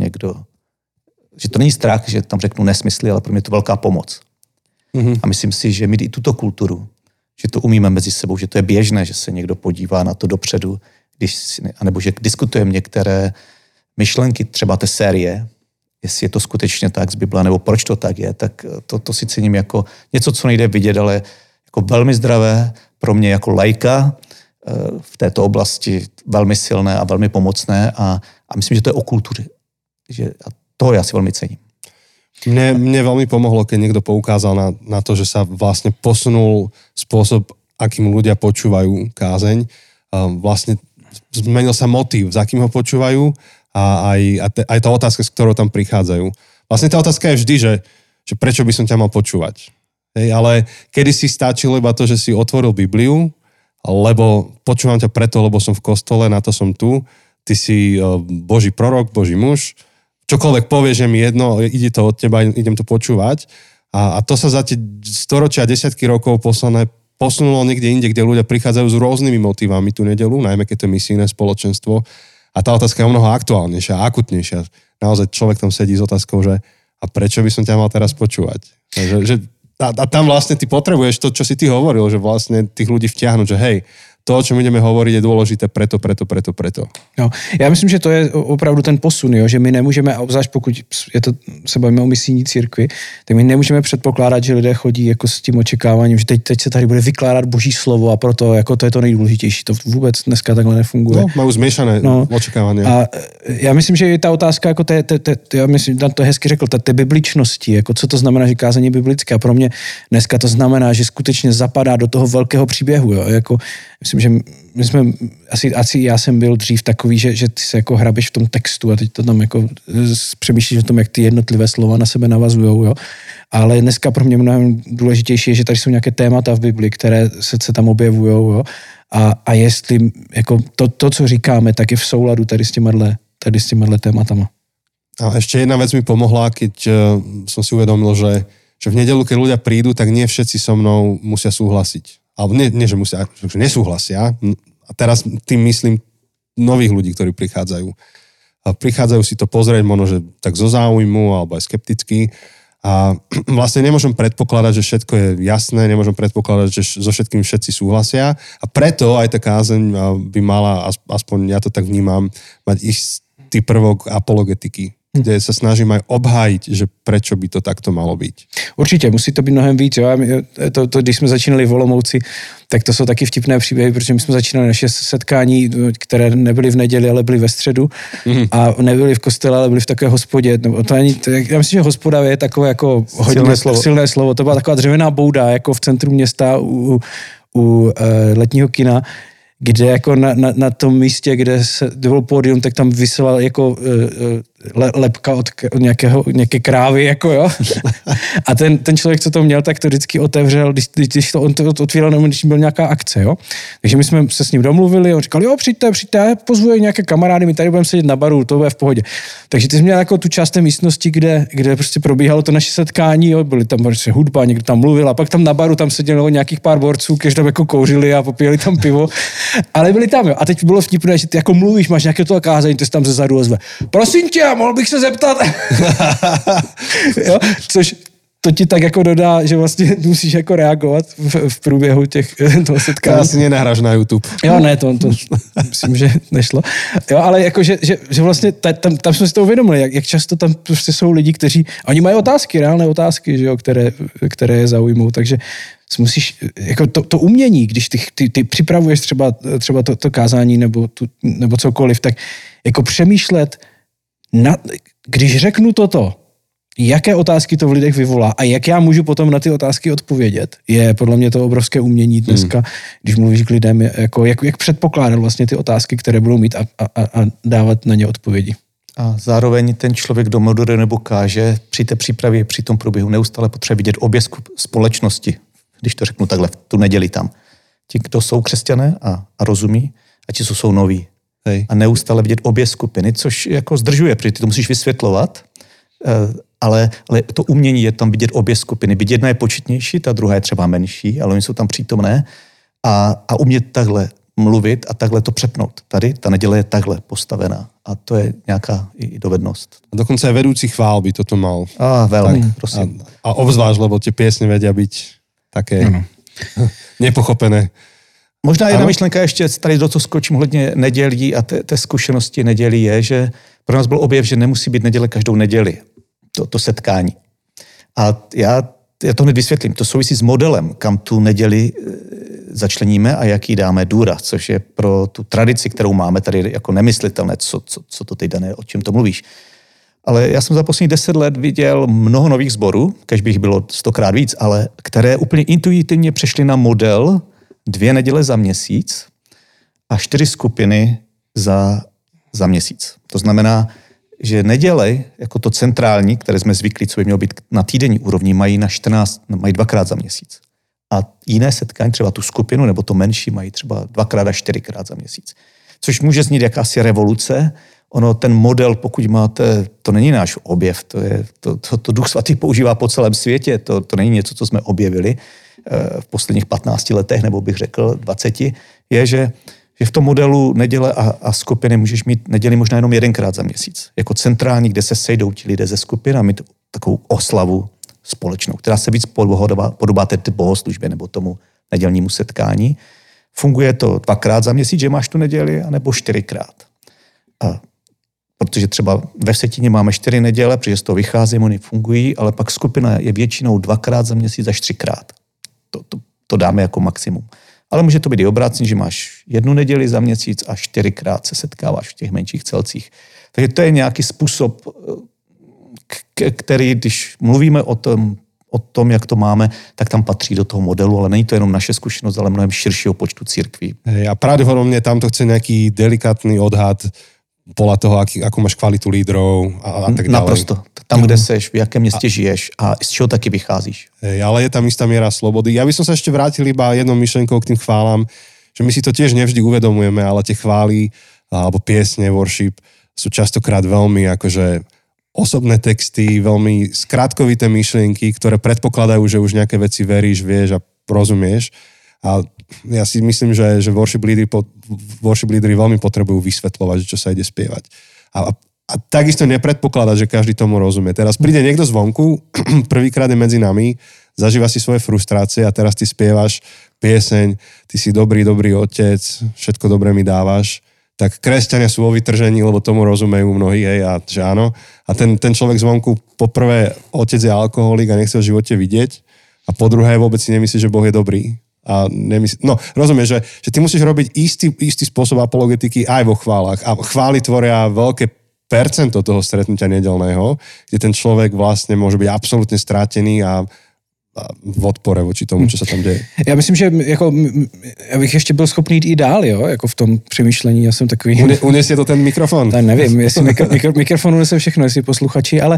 to není strach, že tam řeknu nesmysly, ale pro mě je to velká pomoc. Mm-hmm. A myslím si, že mít i tuto kulturu, že to umíme mezi sebou, že to je běžné, že se někdo podívá na to dopředu, anebo že diskutujeme některé myšlenky třeba té série, jestli je to skutečně tak z Bible, nebo proč to tak je, tak to si cením jako něco, co nejde vidět, ale jako velmi zdravé pro mě jako laika v této oblasti velmi silné a velmi pomocné a myslím, že to je o kultuře. A toho já si velmi cením. Mne veľmi pomohlo, keď niekto poukázal na to, že sa vlastne posunul spôsob, akým ľudia počúvajú kázeň. Vlastne zmenil sa motív, za kým ho počúvajú a aj tá otázka, s ktorou tam prichádzajú. Vlastne tá otázka je vždy, že prečo by som ťa mal počúvať. Hej, ale kedysi stačilo iba to, že si otvoril Bibliu, lebo počúvam ťa preto, lebo som v kostole, na to som tu. Ty si Boží prorok, Boží muž. Čokoľvek povieš, že mi jedno, ide to od teba, idem to počúvať. A to sa za tie storočia, desiatky rokov posunulo niekde inde, kde ľudia prichádzajú s rôznymi motivami tú nedeľu, najmä keď to je misijné spoločenstvo. A tá otázka je o mnoho aktuálnejšia, akutnejšia. Naozaj človek tam sedí s otázkou, že a prečo by som ťa mal teraz počúvať? A tam vlastne ty potrebuješ to, čo si ty hovoril, že vlastne tých ľudí vtiahnuť, že hej, to, o čom ideme hovoriť, je dôležité preto. No, já myslím, že to je opravdu ten posun, jo? Že my nemůžeme, obzvlášť pokud se bavíme o misijní církvi, tak my nemůžeme předpokládat, že lidé chodí jako s tím očekáváním, že teď se tady bude vykládat Boží slovo a proto jako to je to nejdůležitější. To vůbec dneska takhle nefunguje. No, mají zmiešané očekávání. A já myslím, že je ta otázka, jako já myslím, to hezky řekl, té bibličnosti, jako co to znamená, že kázání je biblické. A pro mě dneska to znamená, že skutečně zapadá do toho velkého příběhu. Jo? Jako, myslím, že my jsme, asi já jsem byl dřív takový, že ty se jako hrabeš v tom textu a teď to tam jako přemýšlíš o tom, jak ty jednotlivé slova na sebe navazujou, jo. Ale dneska pro mě mnohem důležitější je, že tady jsou nějaké témata v Bibli, které se tam objevujou, jo. A jestli jako to, co říkáme, tak je v souladu tady s těma tématama. A ešte jedna vec mi pomohla, keď som si uvedomil, že v nedeľu, keď ľudia prídu, tak nie všetci so mnou musia súhlasiť. Alebo nie že musia, že nesúhlasia. A teraz tým myslím nových ľudí, ktorí prichádzajú. A prichádzajú si to pozrieť, možno, že tak zo záujmu, alebo aj skepticky. A vlastne nemôžem predpokladať, že všetko je jasné, nemôžem predpokladať, že so všetkým všetci súhlasia. A preto aj tá kázeň by mala, aspoň ja to tak vnímam, mať istý prvok apologetiky, kde sa snažím aj obhájiť, že prečo by to takto malo být. Určitě, musí to být mnohem víc. Jo? Když jsme začínali v Olomouci, tak to jsou taky vtipné příběhy, protože my jsme začínali naše setkání, které nebyly v neděli, ale byly ve středu a nebyly v kostele, ale byly v takové hospodě. Já myslím, že hospoda je takové jako hodně silné slovo. To byla taková dřevěná bouda jako v centru města u letního kina, kde jako na tom místě, kde byl pódium, tak tam vysela jako lepka od nějaké krávy, jako jo. A ten člověk, co to měl, tak to vždycky otevřel, když on to otvíral, když byl nějaká akce, jo. Takže my jsme se s ním domluvili, on říkal, jo, přijďte, já pozvu nějaké kamarády, my tady budeme sedět na baru, to bude v pohodě. Takže ty jsi měl jako tu část té místnosti, kde prostě probíhalo to naše setkání, jo, byly tam prostě hudba, někdo tam mluvil a pak tam na baru tam sedělo nějakých pár borců, kteří tam jako kouřili a popíjeli tam pivo, ale byli tam, jo. A teď bylo vtipné, že ty jako mluvíš, máš nějaké to kázání, ty jsi tam zezadu ozve. Prosím tě, mohl bych se zeptat. Jo? Což to ti tak jako dodá, že vlastně musíš jako reagovat v průběhu toho setkání. To asi nenahráš na YouTube. Jo, ne, to myslím, že nešlo. Jo, ale jako, že vlastně tam jsme si to uvědomili, jak často tam prostě jsou lidi, kteří, oni mají otázky, reálné otázky, že jo, které je zaujmou, takže musíš, jako to umění, když ty připravuješ třeba to kázání nebo cokoliv, tak jako přemýšlet, když řeknu toto, jaké otázky to v lidech vyvolá a jak já můžu potom na ty otázky odpovědět, je podle mě to obrovské umění dneska, když mluvíš k lidem, jako jak předpokládat vlastně ty otázky, které budou mít a dávat na ně odpovědi. A zároveň ten člověk, kdo moderuje nebo káže, při té přípravě, při tom průběhu neustále potřebuje vidět obě společnosti, když to řeknu takhle, v tu neděli tam. Ti, kdo jsou křesťané a rozumí, a ti, co jsou noví. Hej. A neustále vidět obě skupiny, což jako zdržuje, protože ty to musíš vysvětlovat, ale to umění je tam vidět obě skupiny. Byť jedna je početnější, ta druhá je třeba menší, ale oni jsou tam přítomné a umět takhle mluvit a takhle to přepnout. Tady ta neděle je takhle postavená a to je nějaká i dovednost. A dokonce aj vedúci chvál by toto mal. Velmi, prosím. A obzvlášť, lebo tie piesne vedia byť také nepochopené. Možná jedna myšlenka ještě, tady do toho skočím hodně nedělí a té zkušenosti nedělí je, že pro nás byl objev, že nemusí být neděle každou neděli, to setkání. A já to hned vysvětlím. To souvisí s modelem, kam tu neděli začleníme a jaký dáme důraz, což je pro tu tradici, kterou máme tady jako nemyslitelné, co to teď dané, o čem to mluvíš. Ale já jsem za posledních 10 let viděl mnoho nových sborů, kež bych bylo 100krát víc, ale které úplně intuitivně přešly na model 2 neděle za měsíc a 4 skupiny za měsíc. To znamená, že neděle, jako to centrální, které jsme zvyklí, co by mělo být na týdenní úrovni, mají 2krát za měsíc. A jiné setkání, třeba tu skupinu nebo to menší, mají třeba 2krát a 4krát za měsíc. Což může znít jakási revoluce. Ono, ten model, pokud máte, to není náš objev, to Duch Svatý používá po celém světě, to není něco, co jsme objevili v posledních 15 letech, nebo bych řekl 20, je, že v tom modelu neděle a skupiny můžeš mít neděli možná jenom 1krát za měsíc. Jako centrální, kde se sejdou ti lidé ze skupin a mít takovou oslavu společnou, která se víc podobá té bohoslužbě nebo tomu nedělnímu setkání. Funguje to 2krát za měsíc, že máš tu neděli, anebo 4krát. Protože třeba ve Vsetíně máme 4 neděle, protože z toho vycházíme, oni fungují, ale pak skupina je většinou 2krát za měsíc až 3krát. To dáme jako maximum. Ale může to být i obráceně, že máš 1 neděli za měsíc a 4krát se setkáváš v těch menších celcích. Takže to je nějaký způsob, který, když mluvíme o tom, jak to máme, tak tam patří do toho modelu, ale není to jenom naše zkušenost, ale mnohem širšího počtu církví. A pravdepodobne tam to chce nejaký delikátny odhad podľa toho, akú máš kvalitu lídrov a tak ďalej. Naprosto. Tam, kde seš, v jakém městě žiješ a z čeho taky vycházíš. Ale je tam istá miera slobody. Ja by som sa ešte vrátil iba jednou myšlenkou k tým chválam, že my si to tiež nevždy uvedomujeme, ale tie chvály alebo piesne, worship sú častokrát veľmi akože osobné texty, veľmi skratkovité myšlienky, ktoré predpokladajú, že už nejaké veci veríš, vieš a rozumieš. A ja si myslím, že worship lídri veľmi potrebujú vysvetľovať, čo sa ide spievať. A takisto nepredpokladať, že každý tomu rozumie. Teraz príde niekto zvonku, prvýkrát je medzi nami, zažíva si svoje frustrácie a teraz ty spievaš pieseň, ty si dobrý otec, všetko dobre mi dávaš. Tak kresťania sú vo vytržení, lebo tomu rozumejú mnohí, hej, a že áno. A ten človek zvonku poprvé otec je alkoholik a nechce ho v živote vidieť a po druhé vôbec si nemyslí, že Boh je dobrý. A rozumieš, že ty musíš robiť istý spôsob apologetiky aj vo chválach. A chvály tvoria veľké percento toho stretnutia nedeľného, kde ten človek vlastne môže byť absolútne strátený a v odpore voči tomu, čo sa tam deje. Já myslím, že jako, já bych ještě byl schopný jít i dál, jo, jako v tom přemýšlení, já jsem takový... Unes je to ten mikrofon. Tak nevím, jestli mikrofon unese všechno, jestli posluchači, ale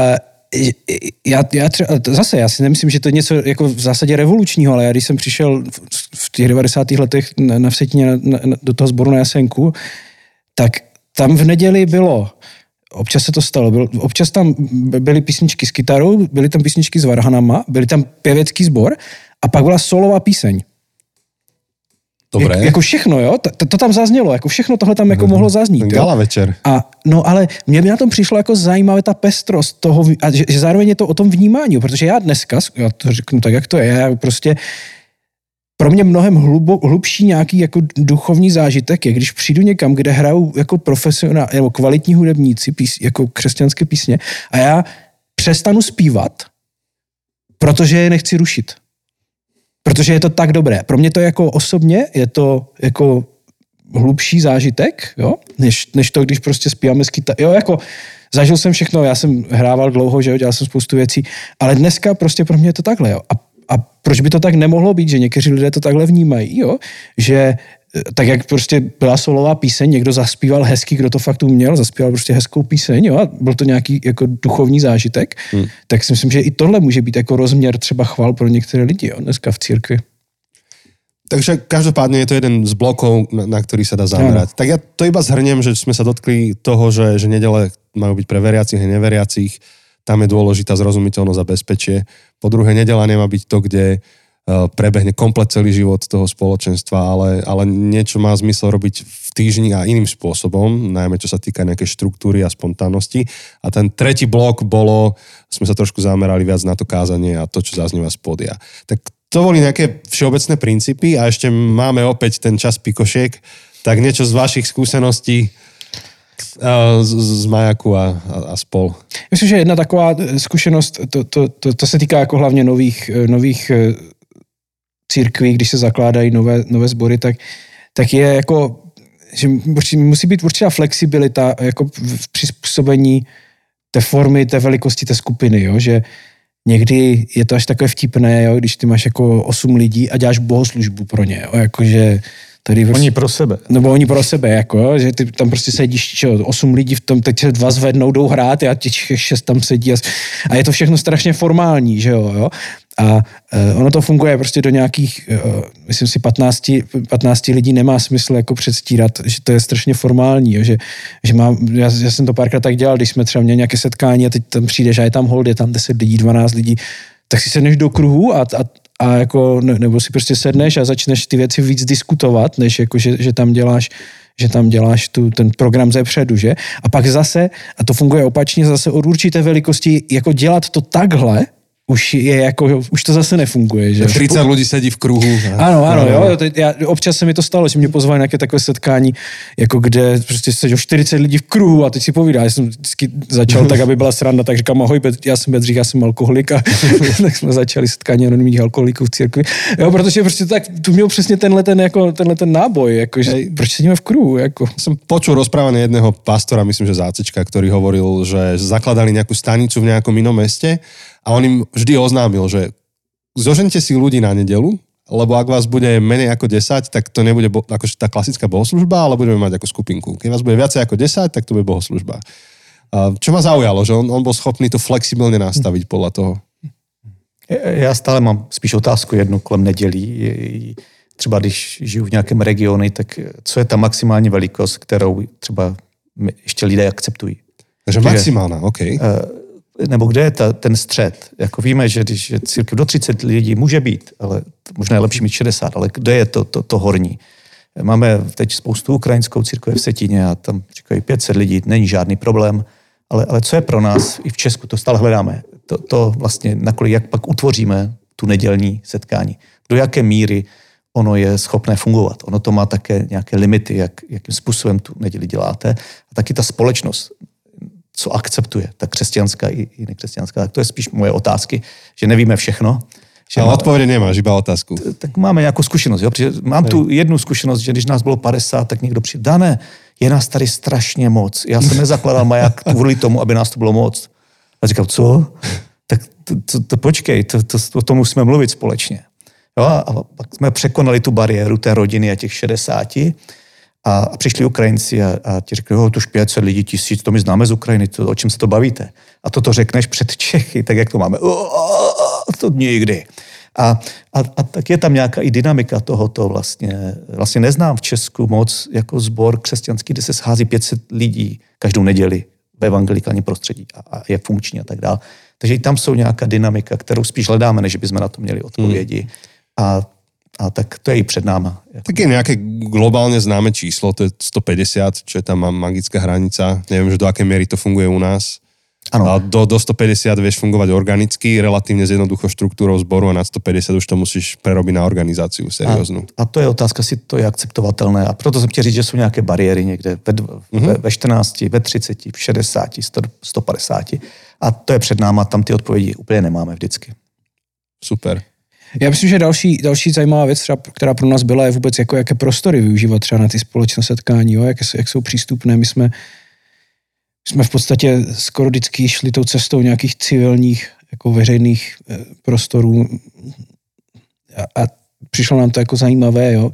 já si nemyslím, že to je něco jako v zásadě revolučního, ale já když jsem přišel v těch 90. letech na Vsetíně do toho sboru na Jasenku, tak tam v neděli bylo, občas se to stalo, občas tam byly písničky s kytarou, byly tam písničky s varhanama, byly tam pěvecký sbor a pak byla solová píseň. Dobré. Jako všechno, jo? To tam zaznělo, jako všechno tohle tam jako mohlo zaznít. Gala večer. No ale mě by na tom přišlo jako zajímavé ta pestrost toho, a že zároveň je to o tom vnímání, protože já dneska, já to řeknu tak, jak to je, já prostě pro mě mnohem hlubší nějaký jako duchovní zážitek je, když přijdu někam, kde hrajou jako profesionální nebo kvalitní hudebníci, jako křesťanské písně a já přestanu zpívat, protože je nechci rušit. Protože je to tak dobré. Pro mě to jako osobně je to jako hlubší zážitek, jo, než to, když prostě zpíváme z kytary. Jo, jako zažil jsem všechno, já jsem hrával dlouho, že jo, dělal jsem spoustu věcí, ale dneska prostě pro mě je to takhle, jo. A proč by to tak nemohlo být, že někteří lidé to takhle vnímají, jo? Že tak jak prostě byla solová píseň, někdo zaspíval hezky, kdo to fakt uměl, zaspíval prostě hezkou píseň, jo? A byl to nějaký jako duchovní zážitek, tak si myslím, že i tohle může být jako rozměr třeba chval pro některé lidi, jo? Dneska v církvi. Takže každopádne je to jeden z blokov, na ktorý sa dá zamerať. Tak ja to iba zhrniem, že sme sa dotkli toho, že nedele majú byť pre veriacich a neveriacich. Tam je dôležitá zrozumiteľnosť a bezpečie. Po druhé, nedeľa nemá byť to, kde prebehne komplet celý život toho spoločenstva, ale niečo má zmysel robiť v týždni a iným spôsobom, najmä čo sa týka nejakej štruktúry a spontánnosti. A ten tretí blok sme sa trošku zamerali viac na to kázanie a to, čo zaznieva z pódia. Tak to boli nejaké všeobecné princípy a ešte máme opäť ten čas pikošiek, tak niečo z vašich skúseností z majaku a spol. Myslím, že jedna taková zkušenost, to se týká jako hlavně nových církví, když se zakládají nové sbory, tak je jako, že musí být určitá flexibilita jako v přizpůsobení té formy, té velikosti té skupiny, jo? Že někdy je to až takové vtipné, jo? Když ty máš jako 8 lidí a děláš bohoslužbu pro ně, jo? Jakože tady prostě, oni pro sebe. Nebo oni pro sebe, jako, že ty tam prostě sedíš, 8 lidí v tom, teď se 2 zvednou, jdou hrát a těch 6 tam sedí a je to všechno strašně formální, že jo. A ono to funguje prostě do nějakých, myslím si 15 lidí nemá smysl jako předstírat, že to je strašně formální, jo, že já jsem to párkrát tak dělal, když jsme třeba měli nějaké setkání a teď tam přijdeš a je tam hold, je tam 10 lidí, 12 lidí, tak si sedneš do kruhu a jako, nebo si prostě sedneš a začneš ty věci víc diskutovat, než jako, že tam děláš ten program zepředu, že? A pak zase, a to funguje opačně, zase od určité velikosti, jako dělat to takhle, už to zase nefunguje. Že? 30 lidí sedí v kruhu. Ano, jo. Občas se mi to stalo, že mě pozvali na nějaké takové setkání, jako kde prostě sedí 40 lidí v kruhu a teď si povídá. Já jsem vždycky začal tak, aby byla sranda, tak říkám, ahoj, já jsem Bedřich, já jsem alkoholik a tak jsme začali setkání anonymních alkoholiků v církvi. Jo, protože prostě tak, tu měl přesně tenhle ten náboj, jako, že proč sedíme v kruhu, jako. Som počul rozprávanie jedného pastora, myslím, že Zácečka, ktorý hovoril, že zakladali nejakú stanicu v nejakom inom meste a on im vždy oznámil, že zožente si ľudí na nedeľu, lebo ak vás bude menej ako 10, tak to nebude akože tá klasická bohoslužba, ale budeme mať ako skupinku. Keď vás bude viacej ako 10, tak to bude bohoslužba. A čo ma zaujalo, že on bol schopný to flexibilne nastaviť podľa toho. Já stále mám spíš otázku jednu kolem nedělí. Třeba když žiju v nějakém regionu, tak co je ta maximální velikost, kterou třeba ještě lidé akceptují? Takže maximálna, OK. Nebo kde je ten střed? Jako víme, že když je církev do 30 lidí může být, ale možná je lepší mít 60, ale kde je to horní? Máme teď spoustu ukrajinskou církve v Setíně a tam říkají 500 lidí, není žádný problém, ale co je pro nás i v Česku, to stále hledáme. To vlastně, nakolik, jak pak utvoříme tu nedělní setkání. Do jaké míry ono je schopné fungovat. Ono to má také nějaké limity, jakým způsobem tu neděli děláte. A taky ta společnost, co akceptuje, ta křesťanská i nekřesťanská. Tak to je spíš moje otázky, že nevíme všechno. Že ale odpověď nemáš, iba otázku. Tak máme nějakou zkušenost. Jo? Protože mám tu jednu zkušenost, že když nás bylo 50, tak někdo přijde, Dané, je nás tady strašně moc. Já jsem nezakladal maják kvůli tomu, aby nás to bylo moc. A říkal, co? Tak to počkej, o tom musíme mluvit společně. Jo? A pak jsme překonali tu bariéru té rodiny a těch 60 a přišli Ukrajinci a ti řekli, jo, to už 500 lidí, 1000, to my známe z Ukrajiny, o čem se to bavíte? A toto řekneš před Čechy, tak jak to máme? To nikdy. A tak je tam nějaká i dynamika tohoto vlastně. Vlastně neznám v Česku moc jako sbor křesťanský, kde se schází 500 lidí každou neděli v evangelikálním prostředí a je funkční a tak dále. Takže i tam jsou nějaká dynamika, kterou spíš hledáme, než bychom na to měli odpovědi. A tak to je i před náma. Tak je nejaké globálne známe číslo, to je 150, čo je tam magická hranica. Neviem, že do akej miery to funguje u nás. Ano. A do 150 vieš fungovať organicky, relatívne s jednoduchou štruktúrou zboru a na 150 už to musíš prerobiť na organizáciu serióznu. A to je otázka, si to je akceptovatelné. A proto jsem chtěl říct, že jsou nějaké bariéry někde ve 14, ve 30, v 60, 150. A to je před náma, tam ty odpovědi úplně nemáme vždycky. Super. Já myslím, že další zajímavá věc, třeba, která pro nás byla, je vůbec jako jaké prostory využívat třeba na ty společné setkání, jo? Jak jsou přístupné. My jsme v podstatě skoro vždycky šli tou cestou nějakých civilních jako veřejných prostorů a přišlo nám to jako zajímavé, jo?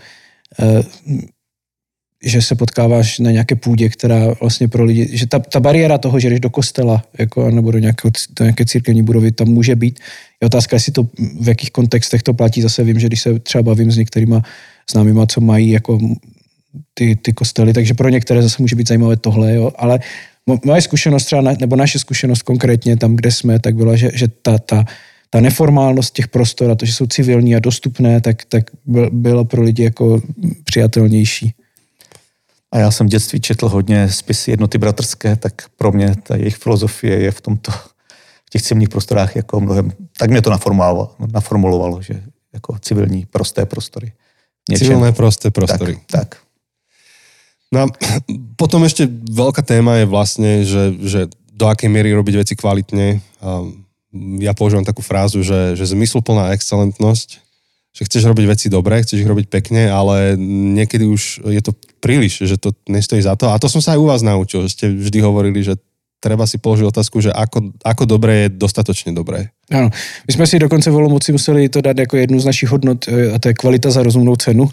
Že se potkáváš na nějaké půdě, která vlastně pro lidi, že ta bariéra toho, že jdeš do kostela jako, nebo do nějaké církevní budovy, tam může být. Je otázka, jestli to v jakých kontextech to platí. Zase vím, že když se třeba bavím s některýma známýma, co mají jako ty kostely, takže pro některé zase může být zajímavé tohle, jo? Ale moje zkušenost třeba, nebo naše zkušenost konkrétně tam, kde jsme, tak byla, že ta neformálnost těch prostor a to, že jsou civilní a dostupné, tak bylo pro lidi jako přijatelnější. A já jsem v dětství četl hodně spisy Jednoty bratrské, tak pro mě ta jejich filozofie je v těch civilních prostorách jako mnohem, tak mě to naformulovalo, že jako civilní prosté prostory. Civilné prosté prostory. Tak. No a potom ešte veľká téma je vlastne, že do akej miery robiť veci kvalitne. Ja používam takú frázu, že zmysluplná excelentnosť, že chceš robiť veci dobre, chceš ich robiť pekne, ale niekedy už je to príliš, že to nestojí za to. A to som sa aj u vás naučil, že ste vždy hovorili, že treba si položiť otázku, že ako dobré je dostatočne dobré. Ano, my jsme si dokonce v Olomouci museli to dát jako jednu z našich hodnot a to je kvalita za rozumnou cenu.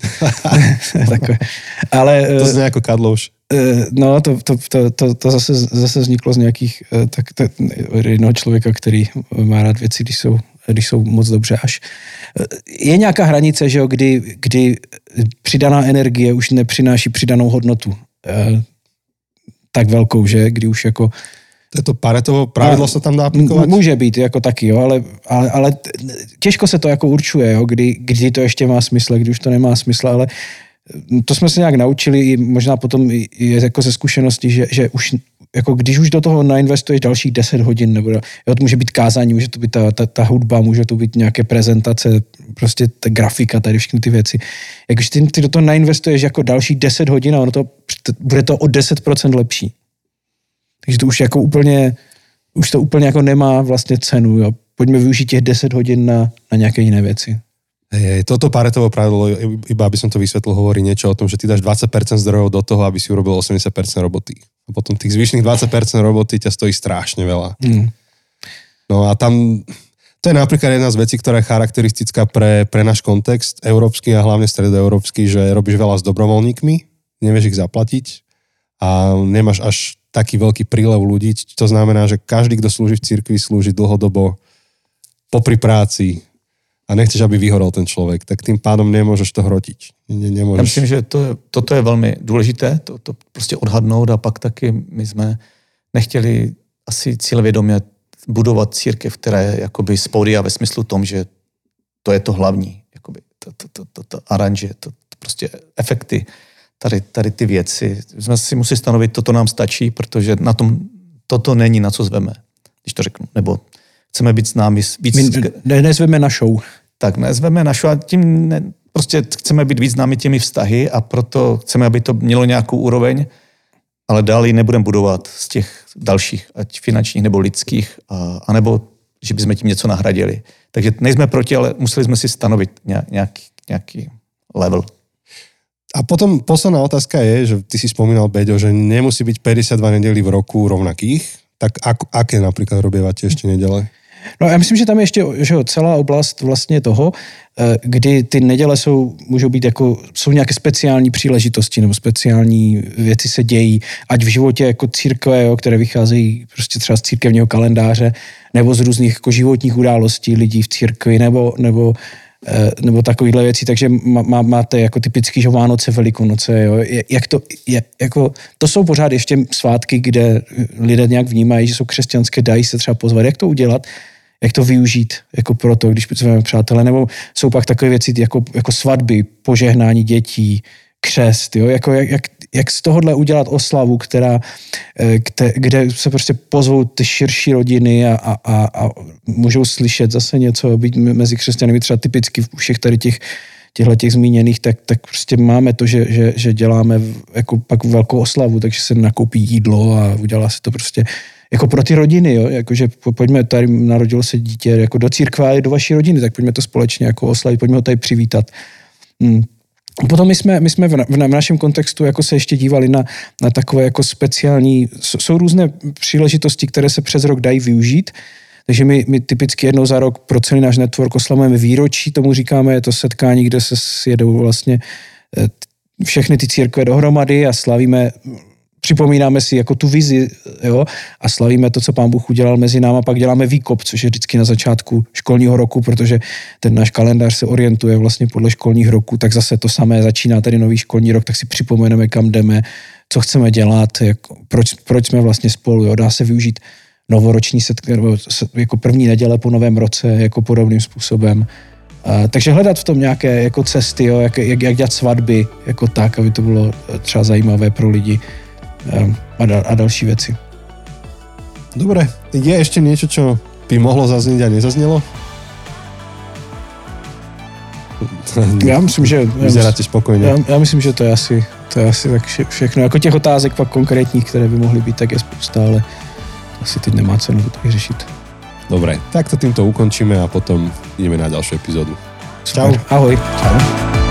Ale, to zní jako Kadlouš. No, to zase vzniklo z nějakých jednoho člověka, který má rád věci, když jsou moc dobře až. Je nějaká hranice, že jo, kdy přidaná energie už nepřináší přidanou hodnotu tak velkou, že kdy už jako to Paretovo pravidlo se tam dá aplikovat? Může být jako taky, jo, ale těžko se to jako určuje, jo, kdy to ještě má smysl, kdy už to nemá smysl, ale to jsme se nějak naučili i možná potom je jako ze zkušenosti, že už jako když už do toho nainvestuješ dalších 10 hodin, nebo jo, to může být kázání, může to být ta hudba, může to být nějaké prezentace, prostě ta grafika, tady všechny ty věci. Jak když ty do toho nainvestuješ jako dalších 10 hodin a bude to o 10% lepší. Takže to už jako úplně, jako nemá vlastně cenu, jo. Pojďme využít těch 10 hodin na nějaké jiné věci. Toto Paretovo pravidlo, iba aby som to vysvetlil, hovorí niečo o tom, že ty dáš 20% zdrojov do toho, aby si urobil 80% roboty. A potom tých zvyšných 20% roboty ťa stojí strašne veľa. No a tam, to je napríklad jedna z vecí, ktorá je charakteristická pre náš kontext európsky a hlavne stredoeurópsky, že robíš veľa s dobrovoľníkmi, nevieš ich zaplatiť a nemáš až taký veľký prílev ľudí. To znamená, že každý, kto slúži v cirkvi, slúži dlhodobo popri práci a nechceš, aby vyhorel ten člověk, tak tím pádom nemůžeš to hrotiť. Nemůžeš. Já myslím, že toto je velmi důležité, to prostě odhadnout a pak taky my jsme nechtěli asi cílevědomě budovat církev, která je jakoby z pódia ve smyslu tom, že to je to hlavní, jakoby to aranže, to prostě efekty, tady ty věci. Jsme si museli stanovit, toto nám stačí, protože na tom toto není na co zveme, když to řeknu, nebo chceme být s námi víc... My nezveme na show. Tak nezveme na show a tím prostě chceme být víc s námi těmi vztahy a proto chceme, aby to mělo nějakou úroveň, ale dál ji nebudeme budovat z těch dalších, ať finančních nebo lidských, anebo že bychom tím něco nahradili. Takže nejsme proti, ale museli jsme si stanovit nějaký level. A potom posledná otázka je, že ty si spomínal, Beďo, že nemusí byť 52 nedelí v roku rovnakých. Tak aké napríklad robievate ešte nedele? No já myslím, že tam je ještě že celá oblast vlastně toho, kdy ty neděle můžou být jako, jsou nějaké speciální příležitosti nebo speciální věci se dějí, ať v životě jako církve, jo, které vycházejí prostě třeba z církevního kalendáře, nebo z různých jako životních událostí lidí v církvi, nebo takovýhle věcí, takže máte jako typický, že Vánoce, Velikonoce, jo, to jsou pořád ještě svátky, kde lidé nějak vnímají, že jsou křesťanské, dají se třeba pozvat, jak to udělat, jak to využít jako proto, když potřebujeme přátelé, nebo jsou pak takové věci jako svatby, požehnání dětí, křest, jo, jak z tohohle udělat oslavu, kde se prostě pozvou ty širší rodiny a můžou slyšet zase něco, být mezi křesťany, třeba typicky u všech tady těchto zmíněných, tak prostě máme to, že děláme jako pak velkou oslavu, takže se nakoupí jídlo a udělá se to prostě jako pro ty rodiny, jo, jakože pojďme, tady narodilo se dítě jako do církve a do vaší rodiny, tak pojďme to společně jako oslavit, pojďme ho tady přivítat. Potom my jsme v našem kontextu jako se ještě dívali na takové jako speciální, jsou různé příležitosti, které se přes rok dají využít, takže my typicky jednou za rok pro celý náš network oslavujeme výročí, tomu říkáme, je to setkání, kde se sjedou vlastně všechny ty církve dohromady a připomínáme si jako tu vizi, jo, a slavíme to, co Pán Bůh udělal mezi náma, pak děláme výkop, což je vždycky na začátku školního roku, protože ten náš kalendář se orientuje vlastně podle školních roků, tak zase to samé začíná tady nový školní rok, tak si připomeneme, kam jdeme, co chceme dělat, proč jsme vlastně spolu, jo, dá se využít novoroční setkání, jako první neděle po novém roce, jako podobným způsobem. Takže hledat v tom nějaké jako cesty, jo, jak dělat svatby, jako tak, aby to bylo třeba zajímavé pro lidi. A další věci. Dobre, je ešte niečo, čo by mohlo zaznieť a nezaznelo? Já myslím, že... Vyzeráte spokojně. Já myslím, že to je asi tak všechno. Jako těch otázek pak konkrétních, které by mohly být, tak je spousta, ale asi teď nemá cenu to tak řešit. Dobre, tak to týmto ukončíme a potom ideme na ďalšiu epizódu. Čau. Ahoj. Čau.